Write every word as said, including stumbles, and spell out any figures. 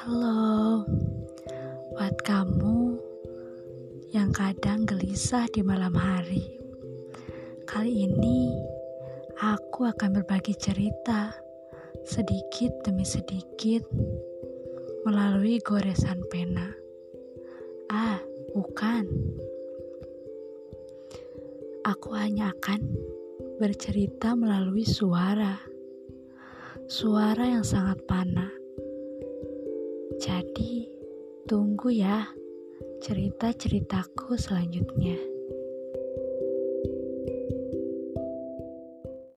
Halo, buat kamu yang kadang gelisah di malam hari. Kali ini aku akan berbagi cerita sedikit demi sedikit melalui goresan pena. Ah, bukan. Aku hanya akan bercerita melalui suara. Suara yang sangat pana. Jadi, tunggu ya cerita-ceritaku selanjutnya.